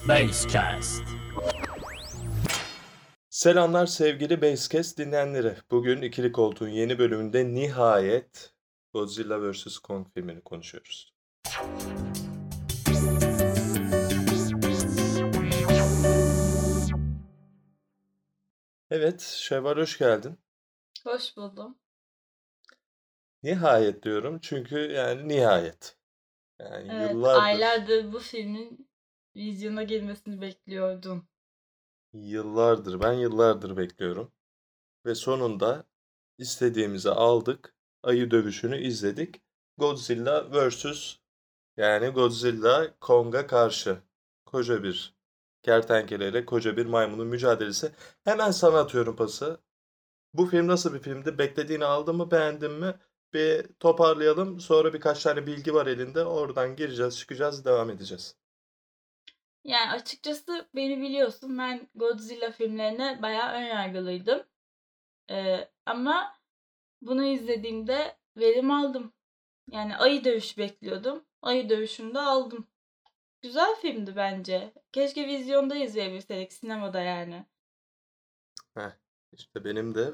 Basecast. Selamlar sevgili Basecast dinleyenleri. Bugün İkili Koltuğun yeni bölümünde nihayet Godzilla vs. Kong filmini konuşuyoruz. Evet, Şevval hoş geldin. Hoş buldum. Nihayet diyorum çünkü yani nihayet. Yani Evet, yıllardır, aylardır bu filmin vizyona girmesini bekliyordum. ben yıllardır bekliyorum. Ve sonunda istediğimizi aldık. Ayı dövüşünü izledik. Godzilla vs. Yani Godzilla Kong'a karşı koca bir kertenkeleyle koca bir maymunun mücadelesi. Hemen sana atıyorum pası. Bu film nasıl bir filmdi? Beklediğini aldın mı? Beğendin mi? Bir toparlayalım. Sonra birkaç tane bilgi var elinde. Oradan gireceğiz, çıkacağız, devam edeceğiz. Yani açıkçası beni biliyorsun, ben Godzilla filmlerine bayağı önyargılıydım. Ama bunu izlediğimde verim aldım. Yani ayı dövüşü bekliyordum. Ayı dövüşünü de aldım. Güzel filmdi bence. Keşke vizyonda izleyebilseydik, sinemada yani. İşte benim de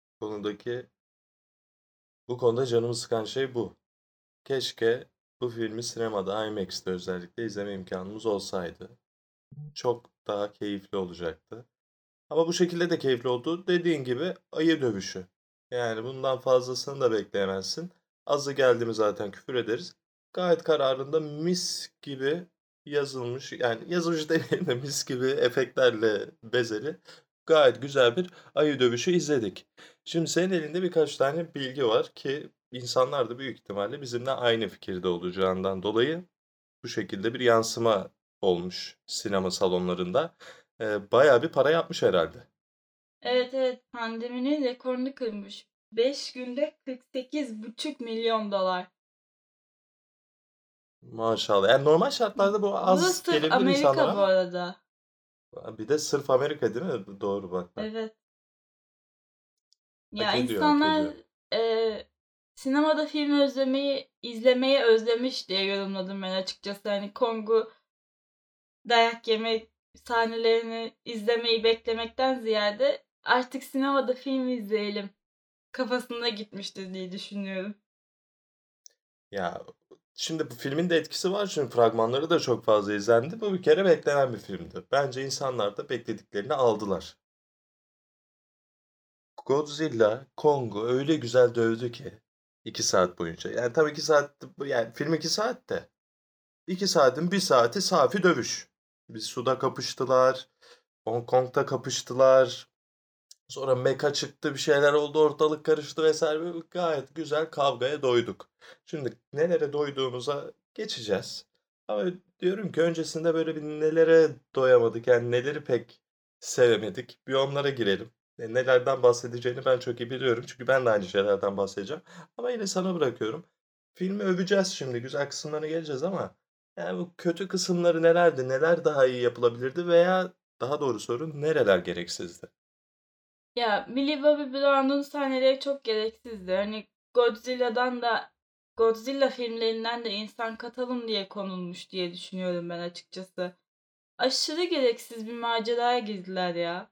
bu konuda canımı sıkan şey bu. Keşke bu filmi sinemada IMAX'te özellikle izleme imkanımız olsaydı. Çok daha keyifli olacaktı. Ama bu şekilde de keyifli oldu. Dediğin gibi ayı dövüşü. Yani bundan fazlasını da bekleyemezsin. Azı geldi mi zaten küfür ederiz. Gayet kararında mis gibi yazılmış. Yani yazılmış demeyeyim de mis gibi efektlerle bezeli. Gayet güzel bir ayı dövüşü izledik. Şimdi senin elinde birkaç tane bilgi var ki insanlar da büyük ihtimalle bizimle aynı fikirde olacağından dolayı bu şekilde bir yansıma olmuş sinema salonlarında. Bayağı bir para yapmış herhalde. Evet, pandeminin rekorunu kırmış. 5 günde 48,5 milyon dolar. Maşallah. Yani normal şartlarda bu Bu az sırf gelebilir insanlara Amerika bu ama arada. bir de sırf Amerika değil mi? Doğru bak. Evet. Hak Ya ediyor, hak insanlar ediyor. sinemada film izlemeyi özlemiş diye yorumladım ben açıkçası. Hani Kong'u dayak yeme sahnelerini izlemeyi beklemekten ziyade artık sinemada film izleyelim kafasında gitmiştir diye düşünüyorum. Ya şimdi bu filmin de etkisi var çünkü fragmanları da çok fazla izlendi. Bu bir kere beklenen bir filmdi. Bence insanlar da beklediklerini aldılar. Godzilla Kong'u öyle güzel dövdü ki 2 saat boyunca. Yani tabii 2 saat, yani film 2 saat de 2 saatin 1 saati safi dövüş. Bir suda kapıştılar. Hong Kong'da kapıştılar. Sonra meka çıktı, bir şeyler oldu, ortalık karıştı vesaire. Böyle gayet güzel kavgaya doyduk. Şimdi nelere doyduğumuza geçeceğiz. Ama diyorum ki öncesinde böyle bir nelere doyamadık, yani neleri pek sevemedik. Bir onlara girelim. Nelerden bahsedeceğini ben çok iyi biliyorum. Çünkü ben de aynı şeylerden bahsedeceğim. Ama yine sana bırakıyorum. Filmi öveceğiz şimdi. Güzel kısımlarına geleceğiz ama yani bu kötü kısımları nelerdi? Neler daha iyi yapılabilirdi veya daha doğru soru nereler gereksizdi? Ya Millie Bobby Brown'un sahneleri çok gereksizdi. Hani Godzilla filmlerinden de insan katalım diye konulmuş diye düşünüyorum ben açıkçası. Aşırı gereksiz bir maceraya girdiler ya.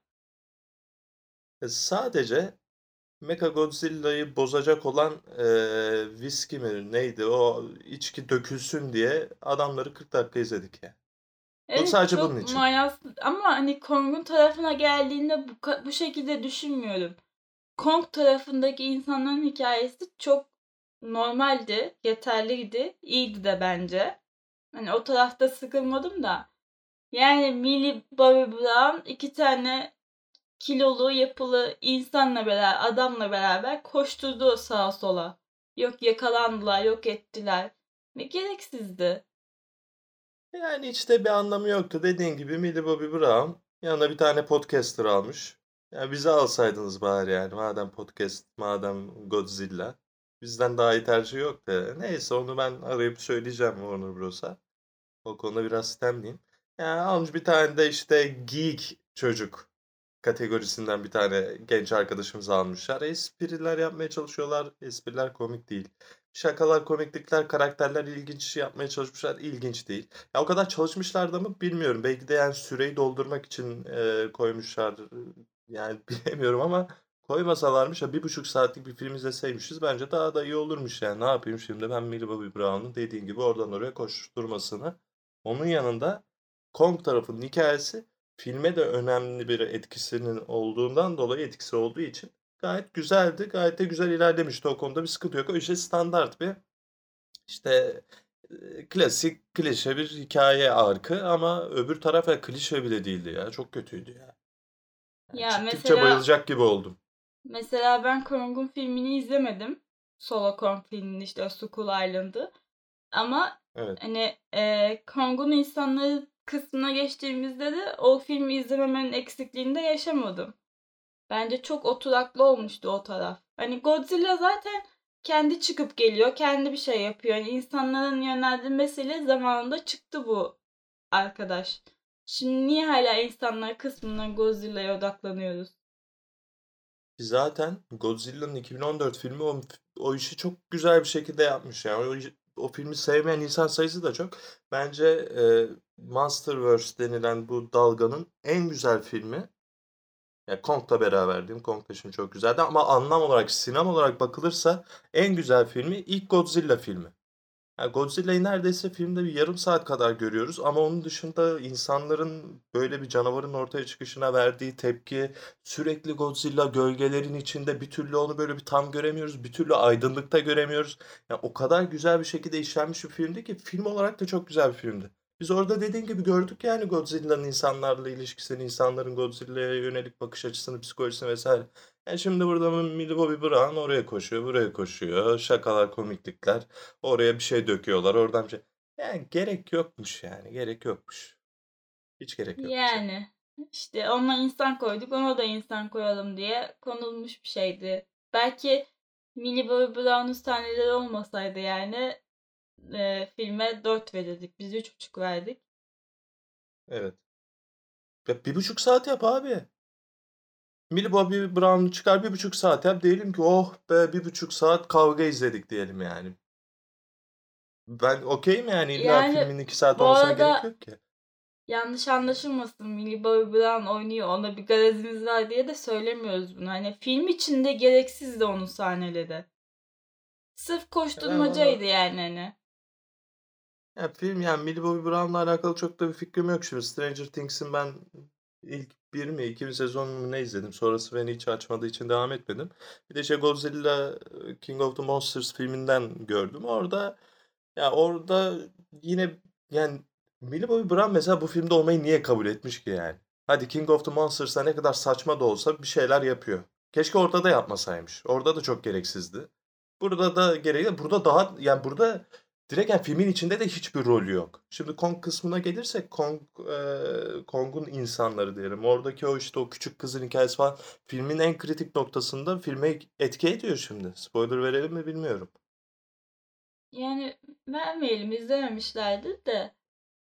Sadece Mechagodzilla'yı bozacak olan viski mi neydi o içki dökülsün diye adamları 40 dakika izledik ya. Bu Evet, sadece bunun çok için. manasız ama hani Kong'un tarafına geldiğinde bu şekilde düşünmüyorum. Kong tarafındaki insanların hikayesi çok normaldi, yeterliydi, iyiydi de bence. Hani o tarafta sıkılmadım da. Yani Millie Bobby Brown 2 tane kilolu yapılı adamla beraber koşturdu sağa sola. Yok yakalandılar, yok ettiler. Ne gereksizdi. Yani işte bir anlamı yoktu. Dediğin gibi Millie Bobby Brown yanına bir tane podcaster almış. Ya bizi alsaydınız bari yani. Madem podcast, madem Godzilla. Bizden daha iyi tercih yok da. Neyse onu ben arayıp söyleyeceğim Warner Bros'a. O konuda biraz sistemliyim. Yani almış bir tane de işte geek çocuk kategorisinden bir tane genç arkadaşımızı almışlar. Espriler yapmaya çalışıyorlar. Espriler komik değil. Şakalar, komiklikler, karakterler ilginç yapmaya çalışmışlar. İlginç değil. Ya o kadar çalışmışlar da mı bilmiyorum. Belki de yani süreyi doldurmak için koymuşlardır. Yani bilemiyorum ama koymasalarmış ya 1,5 saatlik bir film izleseymişiz bence daha da iyi olurmuş yani. Ne yapayım şimdi ben Millie Bobby Brown'un dediğin gibi oradan oraya koşturmasını. Onun yanında Kong tarafının hikayesi filme de önemli bir etkisinin olduğundan dolayı etkisi olduğu için gayet güzeldi. Gayet de güzel ilerlemişti. O konuda bir sıkıntı yok. O işte standart bir işte klasik klişe bir hikaye arkı ama öbür taraf ya klişe bile değildi ya. Çok kötüydü ya. Yani Ya çıktıkça mesela bayılacak gibi oldum. ben Kong'un filmini izlemedim. Solo Kong filmini işte o Skull Island'ı. Ama Evet. hani Kong'un insanları kısmına geçtiğimizde de o filmi izlememenin eksikliğini de yaşamadım. Bence çok oturaklı olmuştu o taraf. Hani Godzilla zaten kendi çıkıp geliyor, kendi bir şey yapıyor. Yani insanların yönlendirmesiyle zamanında çıktı bu arkadaş. Şimdi niye hala insanlar kısmından Godzilla'ya odaklanıyoruz? Zaten Godzilla'nın 2014 filmi o işi çok güzel bir şekilde yapmış yani. O filmi sevmeyen insan sayısı da çok. Bence Monsterverse denilen bu dalganın en güzel filmi. Ya Kong'la beraber diyeyim. Kong da şimdi çok güzeldi ama anlam olarak, sinema olarak bakılırsa en güzel filmi ilk Godzilla filmi. Ya Godzilla'yı neredeyse filmde bir yarım saat kadar görüyoruz ama onun dışında insanların böyle bir canavarın ortaya çıkışına verdiği tepki, sürekli Godzilla gölgelerin içinde bir türlü onu böyle bir tam göremiyoruz, bir türlü aydınlıkta göremiyoruz. Ya o kadar güzel bir şekilde işlenmiş bir filmdi ki film olarak da çok güzel bir filmdi. Biz orada dediğin gibi gördük yani Godzilla'nın insanlarla ilişkisini, insanların Godzilla'ya yönelik bakış açısını, psikolojisini vesaire. Yani şimdi burada Millie Bobby Brown oraya koşuyor, buraya koşuyor. Şakalar, komiklikler. Oraya bir şey döküyorlar, oradan bir şey. Yani gerek yokmuş yani, gerek yokmuş. Hiç gerek yokmuş yani. Yani işte ona insan koyduk, ona da insan koyalım diye konulmuş bir şeydi. Belki Millie Bobby Brown'un sahneleri olmasaydı yani filme 4 verirdik. Biz 3,5 verdik. Evet. Ya 1,5 saat yap abi. Millie Bobby Brown'u çıkar 1,5 saat yap. Diyelim ki oh be 1,5 saat kavga izledik diyelim yani. Ben okeyim yani illa Yani filmin 2 saat bu olmasına gerek arada yok ki. yanlış anlaşılmasın. Millie Bobby Brown oynuyor. Ona bir garezimiz var diye de söylemiyoruz bunu. Hani film içinde gereksizdi onun sahneleri. Sırf Ya ben koşturmacaydı valla yani hani. ya film yani Millie Bobby Brown'la alakalı çok da bir fikrim yok şimdi. Stranger Things'in ben ilk bir mi iki mi sezon mu ne izledim. Sonrası beni hiç açmadığı için devam etmedim. Bir de şey Godzilla King of the Monsters filminden gördüm. Orada yine yani Millie Bobby Brown mesela bu filmde olmayı niye kabul etmiş ki yani? Hadi King of the Monsters'ta ne kadar saçma da olsa bir şeyler yapıyor. Keşke orada da yapmasaymış. Orada da çok gereksizdi. Burada da gerekli. Burada daha yani burada direkt yani filmin içinde de hiçbir rolü yok. Şimdi Kong kısmına gelirsek Kong'un insanları diyelim. Oradaki o işte o küçük kızın hikayesi falan filmin en kritik noktasında filme etki ediyor şimdi. Spoiler verelim mi bilmiyorum. Yani vermeyelim izlememişlerdi de.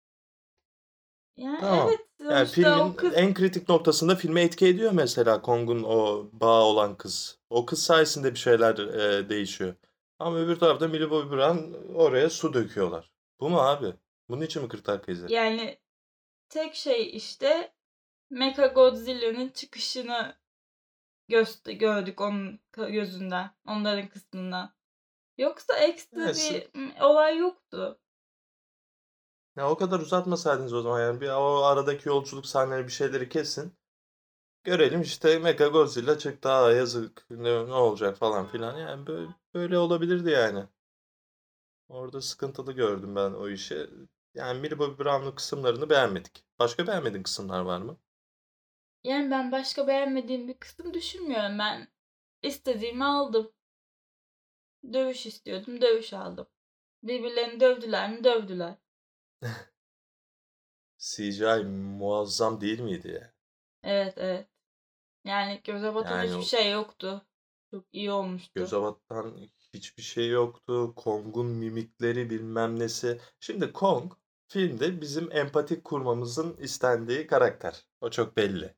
Yani Tamam. evet Yani sonuçta o filmin kız en kritik noktasında filme etki ediyor mesela Kong'un o bağı olan kız. O kız sayesinde bir şeyler değişiyor. Ama öbür tarafta Millie Bobby Brown oraya su döküyorlar. Bu mu abi? Bunun için mi 40 dakika izle? yani tek şey işte Mechagodzilla'nın çıkışını gördük onun gözünden, onların kısmından. Yoksa ekstra Neyse. bir olay yoktu. Ya o kadar uzatmasaydınız o zaman yani bir o aradaki yolculuk sahneleri bir şeyleri kesin. Görelim işte Mechagodzilla çıktı. Aa yazık ne olacak falan filan. Yani böyle olabilirdi yani. Orada sıkıntılı gördüm ben o işi. Yani Millie Bobby Brown'un kısımlarını beğenmedik. Başka beğenmediğin kısımlar var mı? Yani ben başka beğenmediğim bir kısım düşünmüyorum. Ben istediğimi aldım. Dövüş istiyordum, dövüş aldım. Birbirlerini dövdüler mi? Dövdüler. CGI muazzam değil miydi ya? Evet, evet. Yani göze batan Yani hiçbir şey yoktu. Çok iyi olmuştu. göze batan hiçbir şey yoktu. Kong'un mimikleri bilmem nesi. Şimdi Kong filmde bizim empatik kurmamızın istendiği karakter. O çok belli.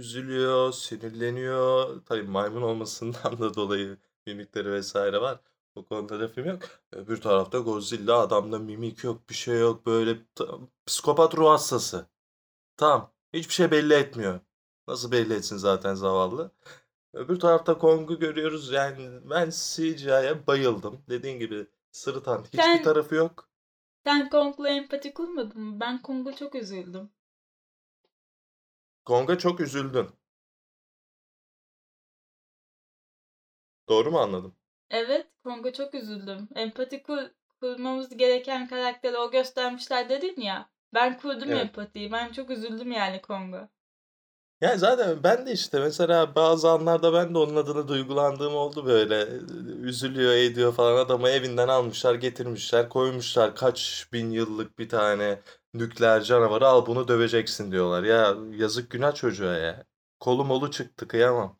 Üzülüyor, sinirleniyor. Tabii maymun olmasından da dolayı mimikleri vesaire var. O konuda lafım yok. Öbür tarafta Godzilla, adamda mimik yok, bir şey yok. Böyle psikopat ruh hastası. Tamam. Hiçbir şey belli etmiyor. Nasıl belli etsin zaten zavallı. Öbür tarafta Kong'u görüyoruz. Yani ben CGI'ye bayıldım. Dediğin gibi sırıtan hiçbir Sen tarafı yok. sen Kong'la empati kurmadın mı? Ben Kong'a çok üzüldüm. Kong'a çok üzüldün. Doğru mu anladım? Evet, Kong'a çok üzüldüm. Kurmamız gereken karakteri o göstermişler dedin ya. Ben kurdum Evet. empatiyi. Ben çok üzüldüm yani Kong'a. Yani zaten ben de işte mesela bazı anlarda ben de onun adına duygulandığım oldu böyle. Üzülüyor ediyor falan, adamı evinden almışlar getirmişler koymuşlar, kaç bin yıllık bir tane nükleer canavarı, al bunu döveceksin diyorlar. Ya yazık günah çocuğa ya. Kolu molu çıktı, kıyamam.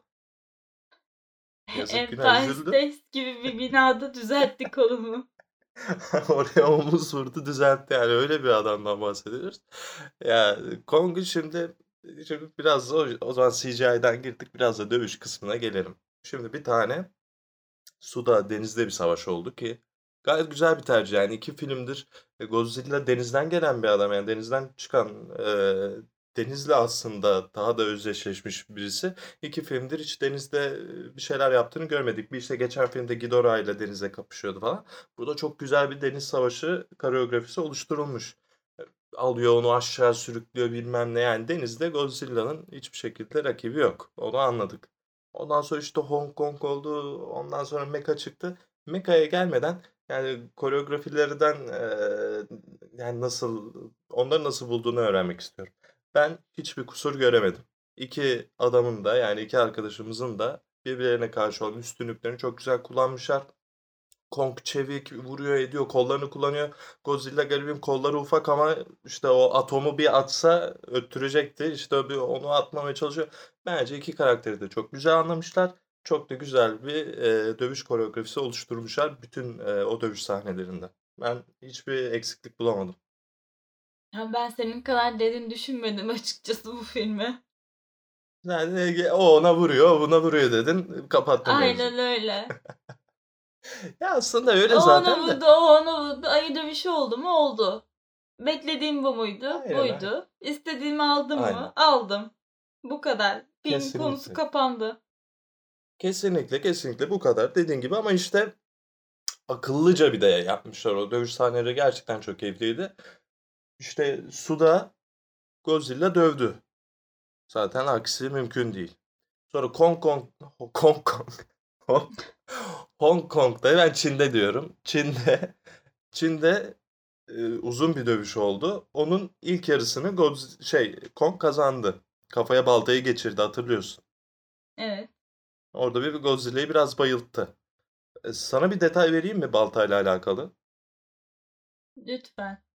Yazık günah, Empire üzüldüm. State gibi bir binada düzeltti kolumu. Oraya omuz vurdu düzeltti, yani öyle bir adamdan bahsediyoruz. Ya Kong'un şimdi biraz da o zaman CGI'den girdik, biraz da dövüş kısmına gelelim. Şimdi bir tane suda, denizde bir savaş oldu ki gayet güzel bir tercih. Yani iki filmdir Godzilla denizden gelen bir adam, yani denizden çıkan, denizle aslında daha da özdeşleşmiş birisi. İki filmdir hiç denizde bir şeyler yaptığını görmedik. Bir işte geçen filmde Ghidorah ile denizde kapışıyordu falan. Burada çok güzel bir deniz savaşı koreografisi oluşturulmuş. Alıyor onu aşağı sürüklüyor bilmem ne, yani denizde Godzilla'nın hiçbir şekilde rakibi yok. Onu anladık. Ondan sonra işte Hong Kong oldu. Ondan sonra Mecha çıktı. Mecha'ya gelmeden yani koreografilerinden yani onları nasıl bulduğunu öğrenmek istiyorum. Ben hiçbir kusur göremedim. İki adamın da, yani iki arkadaşımızın da birbirlerine karşı olan üstünlüklerini çok güzel kullanmışlar. Kong çevik, vuruyor ediyor, kollarını kullanıyor. Godzilla garibim kolları ufak ama işte o atomu bir atsa öttürecekti. İşte onu atmamaya çalışıyor. Bence iki karakteri de çok güzel anlamışlar. Çok da güzel bir dövüş koreografisi oluşturmuşlar bütün o dövüş sahnelerinde. Ben hiçbir eksiklik bulamadım. Ya ben senin kadar derin düşünmedim açıkçası bu filmi. Yani o ona vuruyor, o buna vuruyor dedin, kapattın mevzuyu. Aynen öyle. Ya aslında O öyle ona zaten de. vurdu, o ona vurdu. Ayı dövüşü oldu mu? Oldu. Beklediğim bu muydu? Aynen aynen. Buydu. İstediğimi aldım Aynen. mı? Aldım. Bu kadar. Film konusu Kesinlikle. kapandı. Kesinlikle kesinlikle bu kadar dediğin gibi, ama işte akıllıca bir de yapmışlar, o dövüş sahneleri gerçekten çok keyifliydi. İşte suda Godzilla dövdü. Zaten aksi mümkün değil. Sonra Kong Kong Hong Hong Kong'da, ben Çin'de diyorum. Çin'de uzun bir dövüş oldu. Onun ilk yarısını Kong kazandı. Kafaya baltayı geçirdi, hatırlıyorsun. Evet. Orada bir Godzilla'yı biraz bayılttı. Sana bir detay vereyim mi baltayla alakalı? Lütfen.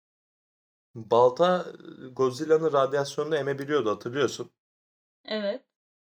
Balta Godzilla'nın radyasyonunu emebiliyordu, hatırlıyorsun. Evet.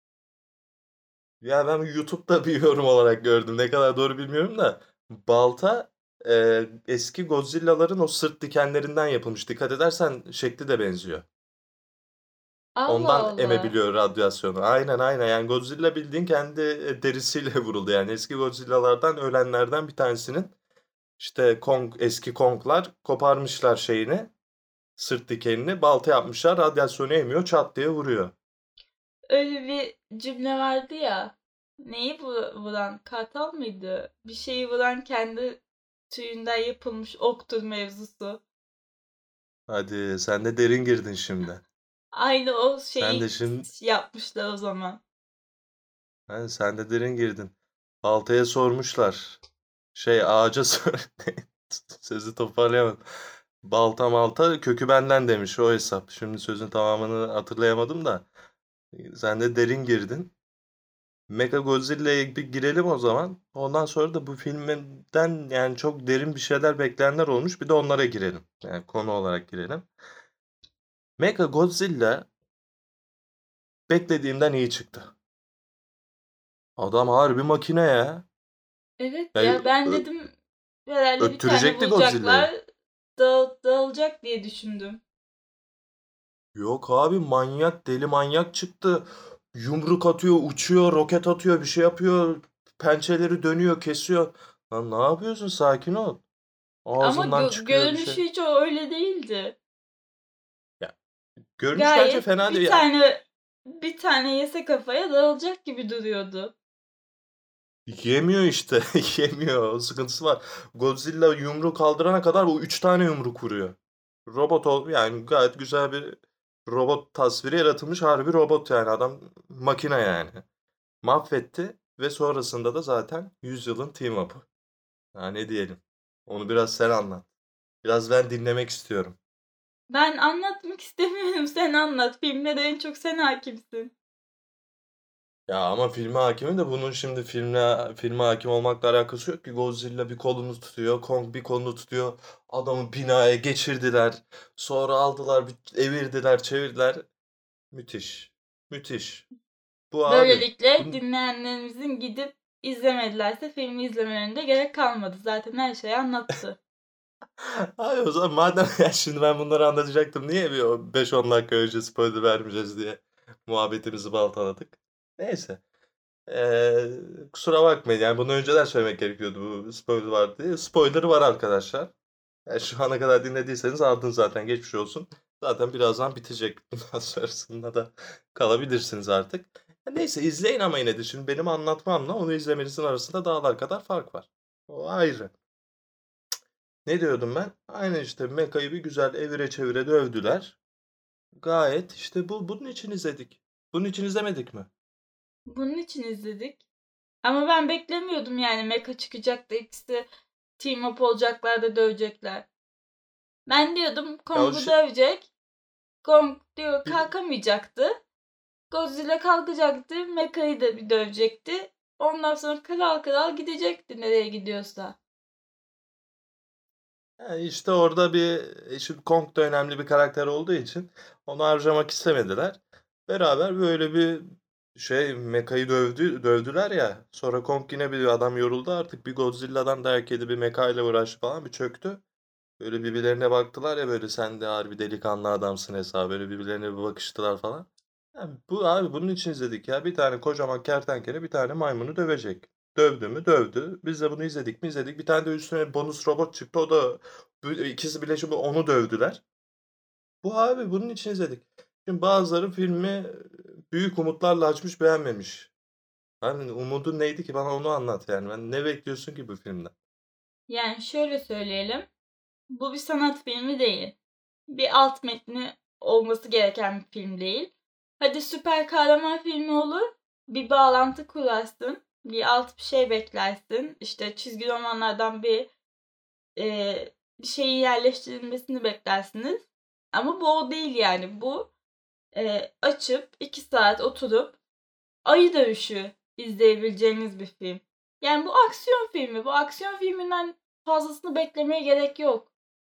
Ya ben YouTube'da bir yorum olarak gördüm. Ne kadar doğru bilmiyorum da. Balta eski Godzilla'ların o sırt dikenlerinden yapılmış. Dikkat edersen şekli de benziyor. Allah Ondan Allah. emebiliyor radyasyonu. Aynen aynen. Yani Godzilla bildiğin kendi derisiyle vuruldu. Yani eski Godzilla'lardan ölenlerden bir tanesinin işte eski Kong'lar koparmışlar şeyini. Sırt dikenini balta yapmışlar. Radyasyonu emiyor, çat diye vuruyor. Öyle bir cümle vardı ya. Neyi vuran? Kartal mıydı? Bir şeyi vuran kendi tüyünden yapılmış oktur mevzusu. Hadi sen de derin girdin şimdi. Aynı o Sen de şeyi şimdi yapmışlar o zaman. sen de derin girdin. Baltaya sormuşlar. Ağaca sözü toparlayamadım. Balta malta kökü benden demiş, o hesap. Şimdi sözün tamamını hatırlayamadım da. Sen de derin girdin. Mechagodzilla'ya bir girelim o zaman. Ondan sonra da bu filmden yani çok derin bir şeyler bekleyenler olmuş. Bir de onlara girelim. Yani konu olarak girelim. Mechagodzilla beklediğimden iyi çıktı. Adam harbi makine ya. Evet Ya, ya ben dedim herhalde bir tane öttürecekti Godzilla'yı. vuracaklar dağılacak diye düşündüm. Yok abi, manyak, deli manyak çıktı. Yumruk atıyor, uçuyor, roket atıyor, bir şey yapıyor. Pençeleri dönüyor, kesiyor. Lan ne yapıyorsun? Sakin ol. Ama Ağzından çıkıyor bir şey. görünüşü hiç o öyle değildi. Ya, görünüş bence Gayet fena bir değil ya. tane yese kafaya dağılacak gibi duruyordu. Yemiyor işte. Yemiyor. O sıkıntısı var. Godzilla yumruğu kaldırana kadar bu 3 tane yumruk vuruyor. Robot yani gayet güzel bir robot tasviri yaratılmış, harbi robot yani adam makine yani. Mahvetti ve sonrasında da zaten yüzyılın team up'ı. Ha, ne diyelim. Onu biraz sen anlat. Biraz ben dinlemek istiyorum. Ben anlatmak istemiyorum. Sen anlat. Filmlere en çok sen hakimsin. Ya ama filme hakimim de bunun şimdi filme hakim olmakla alakası yok ki. Godzilla bir kolunu tutuyor, Kong bir kolunu tutuyor. Adamı binaya geçirdiler. Sonra aldılar, evirdiler, çevirdiler. Müthiş. Müthiş. Bu abi. Böylelikle dinleyenlerimizin gidip izlemedilerse filmi izlemelerine de gerek kalmadı. Zaten her şeyi anlattı. Abi o zaman madem ya şimdi ben bunları anlatacaktım. Niye bir 5-10 dakika önce spoiler vermeyeceğiz diye muhabbetimizi baltaladık. Neyse. Kusura bakmayın yani bunu önceden söylemek gerekiyordu bu spoiler var diye. Spoiler'ı var arkadaşlar. Yani şu ana kadar dinlediyseniz ardın zaten geçmiş olsun. Zaten birazdan bitecek. Bundan sonrasında da kalabilirsiniz artık. Ya neyse izleyin ama yine de şimdi benim anlatmamla onu izlemenizin arasında dağlar kadar fark var. O ayrı. Ne diyordum ben? Aynen işte Meka'yı bir güzel evire çevire dövdüler. Gayet işte bunun için izledik. Bunun için izlemedik mi? Bunun için izledik. Ama ben beklemiyordum yani Mecha çıkacak da ikisi team up olacaklar da dövecekler. Ben diyordum Ya o Kong'u şey, dövecek. Kong diyor bir, kalkamayacaktı. Godzilla kalkacaktı. Mecha'yı da bir dövecekti. Ondan sonra kral kral gidecekti nereye gidiyorsa. yani işte orada şimdi Kong da önemli bir karakter olduğu için onu harcamak istemediler. Beraber böyle bir Mecha'yı dövdüler ya. Sonra Kong yine bir adam yoruldu artık bir Godzilla'dan dayak yedi bir Mecha ile uğraştı falan bir çöktü. Böyle birbirlerine baktılar ya böyle sen de harbi delikanlı adamsın hesabı. Böyle birbirlerine bir bakıştılar falan. Yani bu abi bunun için izledik ya. Bir tane kocaman kertenkele bir tane maymunu dövecek. Dövdü mü? Dövdü. Biz de bunu izledik mi? İzledik. Bir tane de üstüne bonus robot çıktı. O da ikisi birleşip onu dövdüler. Bu abi bunun için izledik. Şimdi bazıları filmi büyük umutlarla açmış beğenmemiş. Hani umudun neydi ki bana onu anlat yani. Ben ne bekliyorsun ki bu filmden? Yani şöyle söyleyelim. Bu bir sanat filmi değil. Bir alt metni olması gereken bir film değil. Hadi süper kahraman filmi olur. Bir bağlantı kurarsın. Bir alt bir şey beklersin. İşte çizgi romanlardan bir şeyin yerleştirilmesini beklersiniz. Ama bu o değil yani. Bu açıp 2 saat oturup ayı dövüşü izleyebileceğiniz bir film. Yani bu aksiyon filmi. Bu aksiyon filminden fazlasını beklemeye gerek yok.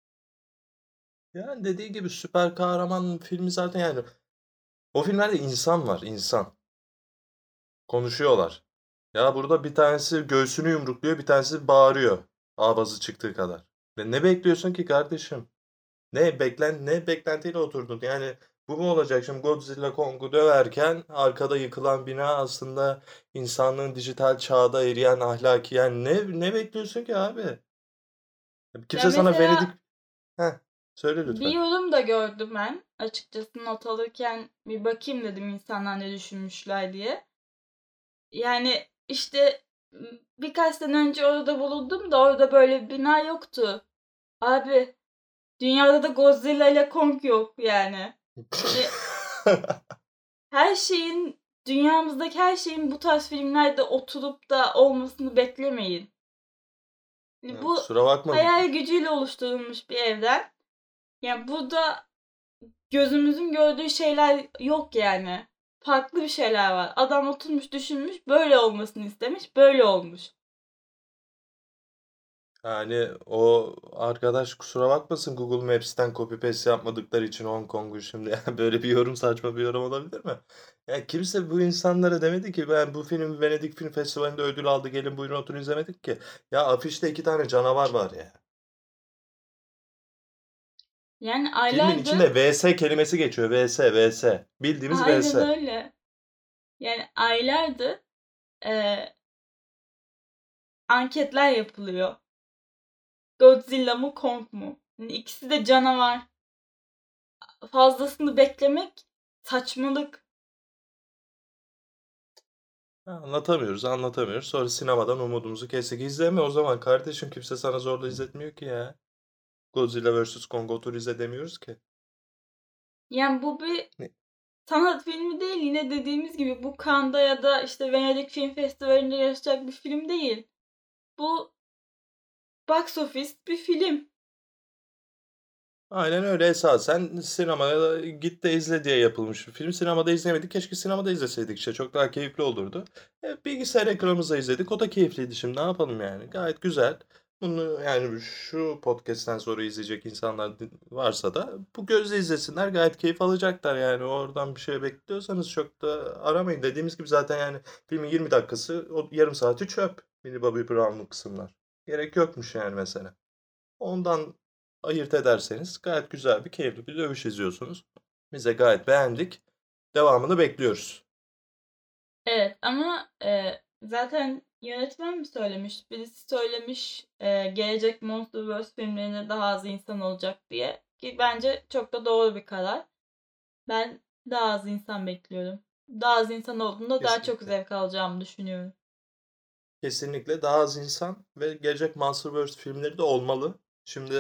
Yani dediği gibi süper kahraman filmi zaten yani o filmlerde insan var, insan. Konuşuyorlar. Ya burada bir tanesi göğsünü yumrukluyor, bir tanesi bağırıyor. Ağzı çıktığı kadar. Ve ne bekliyorsun ki kardeşim? Ne beklentiyle oturdun? Yani bu mu olacak şimdi Godzilla Kong'u döverken arkada yıkılan bina aslında insanlığın dijital çağda eriyen ahlaki yani ne bekliyorsun ki abi? Ya Kimse sana Venedik... mesela Heh, söyle bir lütfen. yorum da gördüm ben. Açıkçası not alırken bir bakayım dedim insanlar ne düşünmüşler diye. Yani işte birkaç sene önce orada bulundum da orada böyle bir bina yoktu. Abi dünyada da Godzilla ile Kong yok yani. Hani her şeyin dünyamızdaki her şeyin bu tarz filmlerde oturup da olmasını beklemeyin. Ya Bu kusura bakma. hayal gücüyle oluşturulmuş bir evren. Yani burada gözümüzün gördüğü şeyler yok yani. Farklı bir şeyler var. Adam oturmuş düşünmüş böyle olmasını istemiş böyle olmuş. Yani o arkadaş kusura bakmasın Google Maps'ten copy paste yapmadıkları için Hong Kong'u şimdi yani böyle bir yorum saçma bir yorum olabilir mi? Ya kimse bu insanlara demedi ki ben bu film Venedik Film Festivali'nde ödül aldı gelin buyurun oturun izlemedik ki. Ya afişte 2 tane canavar var ya. Yani Filmin aylardır içinde VS kelimesi geçiyor. VS. Bildiğimiz aynen VS. öyle. Yani aylardır anketler yapılıyor. Godzilla mı Kong mu? Yani ikisi de canavar. Fazlasını beklemek saçmalık. Anlatamıyoruz. Sonra sinemadan umudumuzu kestik. İzleme o zaman kardeşim. Kimse sana zorla izletmiyor ki ya. Godzilla vs. Kong otur izle demiyoruz ki. Yani bu bir Ne? sanat filmi değil. Yine dediğimiz gibi bu Cannes'da ya da işte Venedik Film Festivali'nde yarışacak bir film değil. Bu box office bir film. Aynen öyle esasen sinemaya git de izle diye yapılmış bir film. Sinemada izlemedik. Keşke sinemada izleseydik işte. Çok daha keyifli olurdu. Bilgisayar ekranımızda izledik. O da keyifliydi şimdi. Ne yapalım yani? Gayet güzel. Bunu yani şu podcast'ten sonra izleyecek insanlar varsa da bu gözle izlesinler. Gayet keyif alacaklar yani. Oradan bir şey bekliyorsanız çok da aramayın. Dediğimiz gibi zaten yani filmin 20 dakikası o yarım saati çöp. Millie Bobby Brown'lu kısımlar. Gerek yokmuş yani mesela. Ondan ayırt ederseniz gayet güzel bir, keyifli bir dövüş izliyorsunuz. Biz de gayet beğendik. Devamını bekliyoruz. Evet ama zaten yönetmen mi söylemiş? Birisi söylemiş gelecek Monsterverse filmlerinde daha az insan olacak diye. Ki bence çok da doğru bir karar. Ben daha az insan bekliyorum. Daha az insan olduğunda daha çok Kesinlikle. zevk alacağımı düşünüyorum. Kesinlikle daha az insan ve gelecek Monsterverse filmleri de olmalı. Şimdi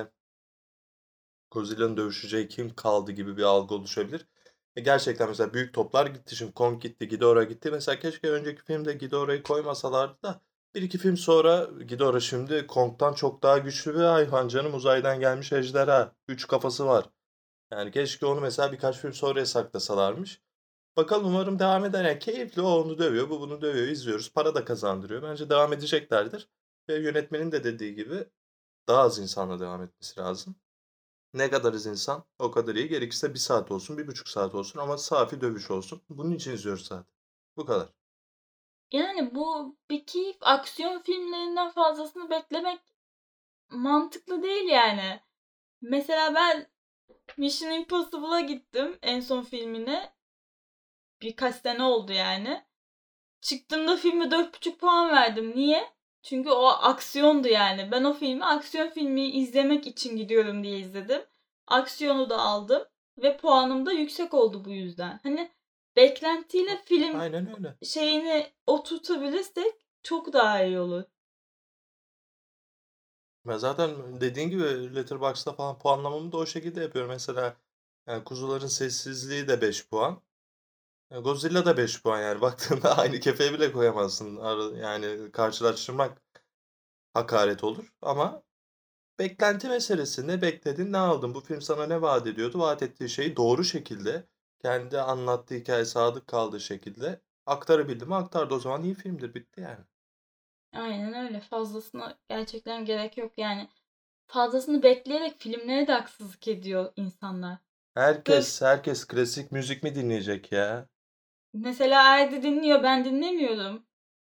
Godzilla'nın dövüşeceği kim kaldı gibi bir algı oluşabilir. Gerçekten mesela büyük toplar gitti. Şimdi Kong gitti, Ghidorah gitti. Mesela keşke önceki filmde Ghidorah'yı koymasalardı da bir iki film sonra Ghidorah şimdi Kong'dan çok daha güçlü bir hayvan canım. Uzaydan gelmiş ejderha. 3 kafası var. Yani keşke onu mesela birkaç film sonraya saklasalarmış. Bakalım umarım devam eder. Yani keyifli o onu dövüyor, bu bunu dövüyor, izliyoruz. Para da kazandırıyor. Bence devam edeceklerdir. Ve yönetmenin de dediği gibi daha az insanla devam etmesi lazım. Ne kadar az insan o kadar iyi. Gerekirse 1 saat olsun, 1,5 saat olsun ama safi dövüş olsun. Bunun için izliyoruz zaten. Bu kadar. Yani bu bir keyif aksiyon filmlerinden fazlasını beklemek mantıklı değil yani. Mesela ben Mission Impossible'a gittim en son filmine. Birkaç sene oldu yani. Çıktığımda filme 4,5 puan verdim. Niye? Çünkü o aksiyondu yani. Ben o filmi aksiyon filmi izlemek için gidiyorum diye izledim. Aksiyonu da aldım ve puanım da yüksek oldu bu yüzden. Hani beklentiyle film Aynen öyle. şeyini oturtabilirsek çok daha iyi olur. Ben zaten dediğin gibi Letterboxd'da falan puanlamamı da o şekilde yapıyorum. Mesela yani Kuzuların Sessizliği de 5 puan. Godzilla da 5 puan yani. Baktığında aynı kefeye bile koyamazsın. Yani karşılaştırmak hakaret olur. Ama beklenti meselesi. Ne bekledin, ne aldın? Bu film sana ne vaat ediyordu? Vaat ettiği şeyi doğru şekilde, kendi anlattığı hikaye sadık kaldığı şekilde aktarabildi mi? Aktardı. O zaman iyi filmdir. Bitti yani. Aynen öyle. Fazlasına gerçekten gerek yok yani. Fazlasını bekleyerek filmlere de haksızlık ediyor insanlar. Böyle Herkes klasik müzik mi dinleyecek ya? mesela Erdi dinliyor, ben dinlemiyorum.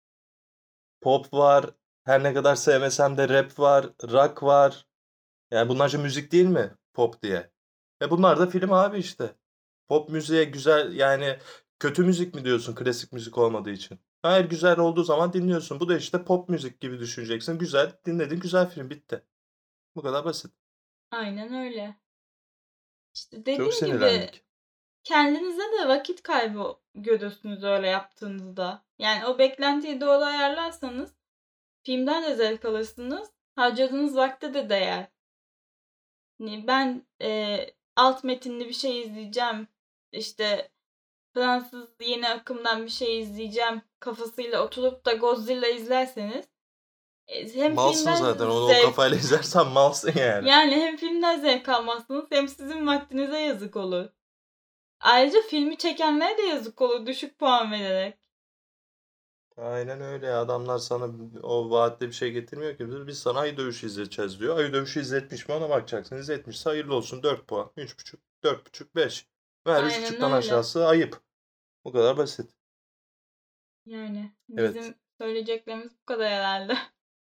Pop var. Her ne kadar sevmesem de rap var. Rock var. Yani bunlarca müzik değil mi? Pop diye. Bunlar da film abi işte. Pop müziğe güzel yani kötü müzik mi diyorsun klasik müzik olmadığı için? Hayır güzel olduğu zaman dinliyorsun. Bu da işte pop müzik gibi düşüneceksin. Güzel dinledin güzel film bitti. Bu kadar basit. Aynen öyle. İşte Çok dediğim gibi sinirlendik. kendinize de vakit kaybı görüyorsunuz öyle yaptığınızda. Yani o beklentiyi doğru ayarlarsanız filmden de zevk alırsınız. Harcadığınız vakte de değer. Hani ben alt metinli bir şey izleyeceğim. İşte Fransız yeni akımdan bir şey izleyeceğim kafasıyla oturup da Godzilla izlerseniz hem Malsın filmden zaten onu o zevk kafayla izlersen malsın yani. yani hem filmden zevk almazsınız hem sizin vaktinize yazık olur. Ayrıca filmi çekenlere de yazık olur düşük puan vererek. Aynen öyle ya. Adamlar sana o vaatte bir şey getirmiyor ki. Biz sana ayı dövüşü izleteceğiz diyor. Ayı dövüşü izletmiş mi ona bakacaksın. İzletmişse hayırlı olsun 4 puan. 3,5, 4,5, 5. Ver üç Aynen buçuktan öyle. aşağısı ayıp. Bu kadar basit. Yani Evet. bizim söyleyeceklerimiz bu kadar herhalde.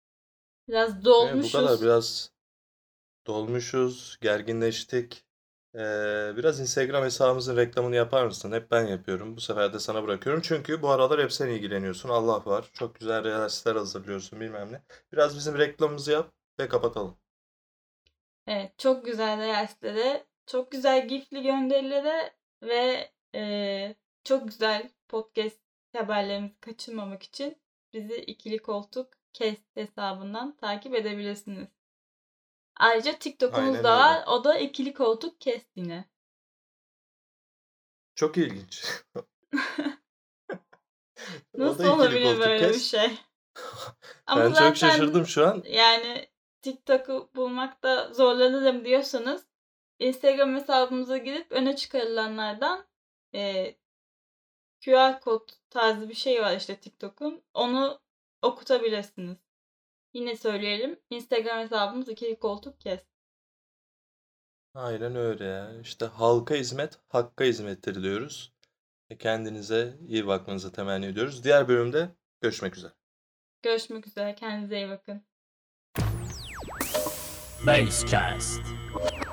Biraz Bu kadar dolmuşuz. biraz dolmuşuz, gerginleştik. Biraz Instagram hesabımızın reklamını yapar mısın? Hep ben yapıyorum. Bu sefer de sana bırakıyorum. Çünkü bu aralar hep sen ilgileniyorsun. Allah var. Çok güzel reelsler hazırlıyorsun bilmem ne. Biraz bizim reklamımızı yap ve kapatalım. Evet, çok güzel reelsleri, çok güzel gifli gönderileri ve çok güzel podcast haberlerimizi kaçırmamak için bizi ikili koltuk kes hesabından takip edebilirsiniz. Ayrıca TikTok'umuz Aynen da öyle. var. O da ikili koltuk kes yine. Çok ilginç. O da Nasıl ikili olabilir koltuk böyle bir kes. şey? Ama Ben çok şaşırdım zaten şu an. yani TikTok'u bulmakta zorlanırım diyorsanız Instagram hesabımıza girip öne çıkarılanlardan QR kod tarzı bir şey var işte TikTok'un. Onu okutabilirsiniz. Yine söyleyelim. Instagram hesabımız ikili koltuk kes. Aynen öyle ya. İşte halka hizmet, hakka hizmettir diyoruz. Kendinize iyi bakmanızı temenni ediyoruz. Diğer bölümde görüşmek üzere. Görüşmek üzere. Kendinize iyi bakın. Basecast.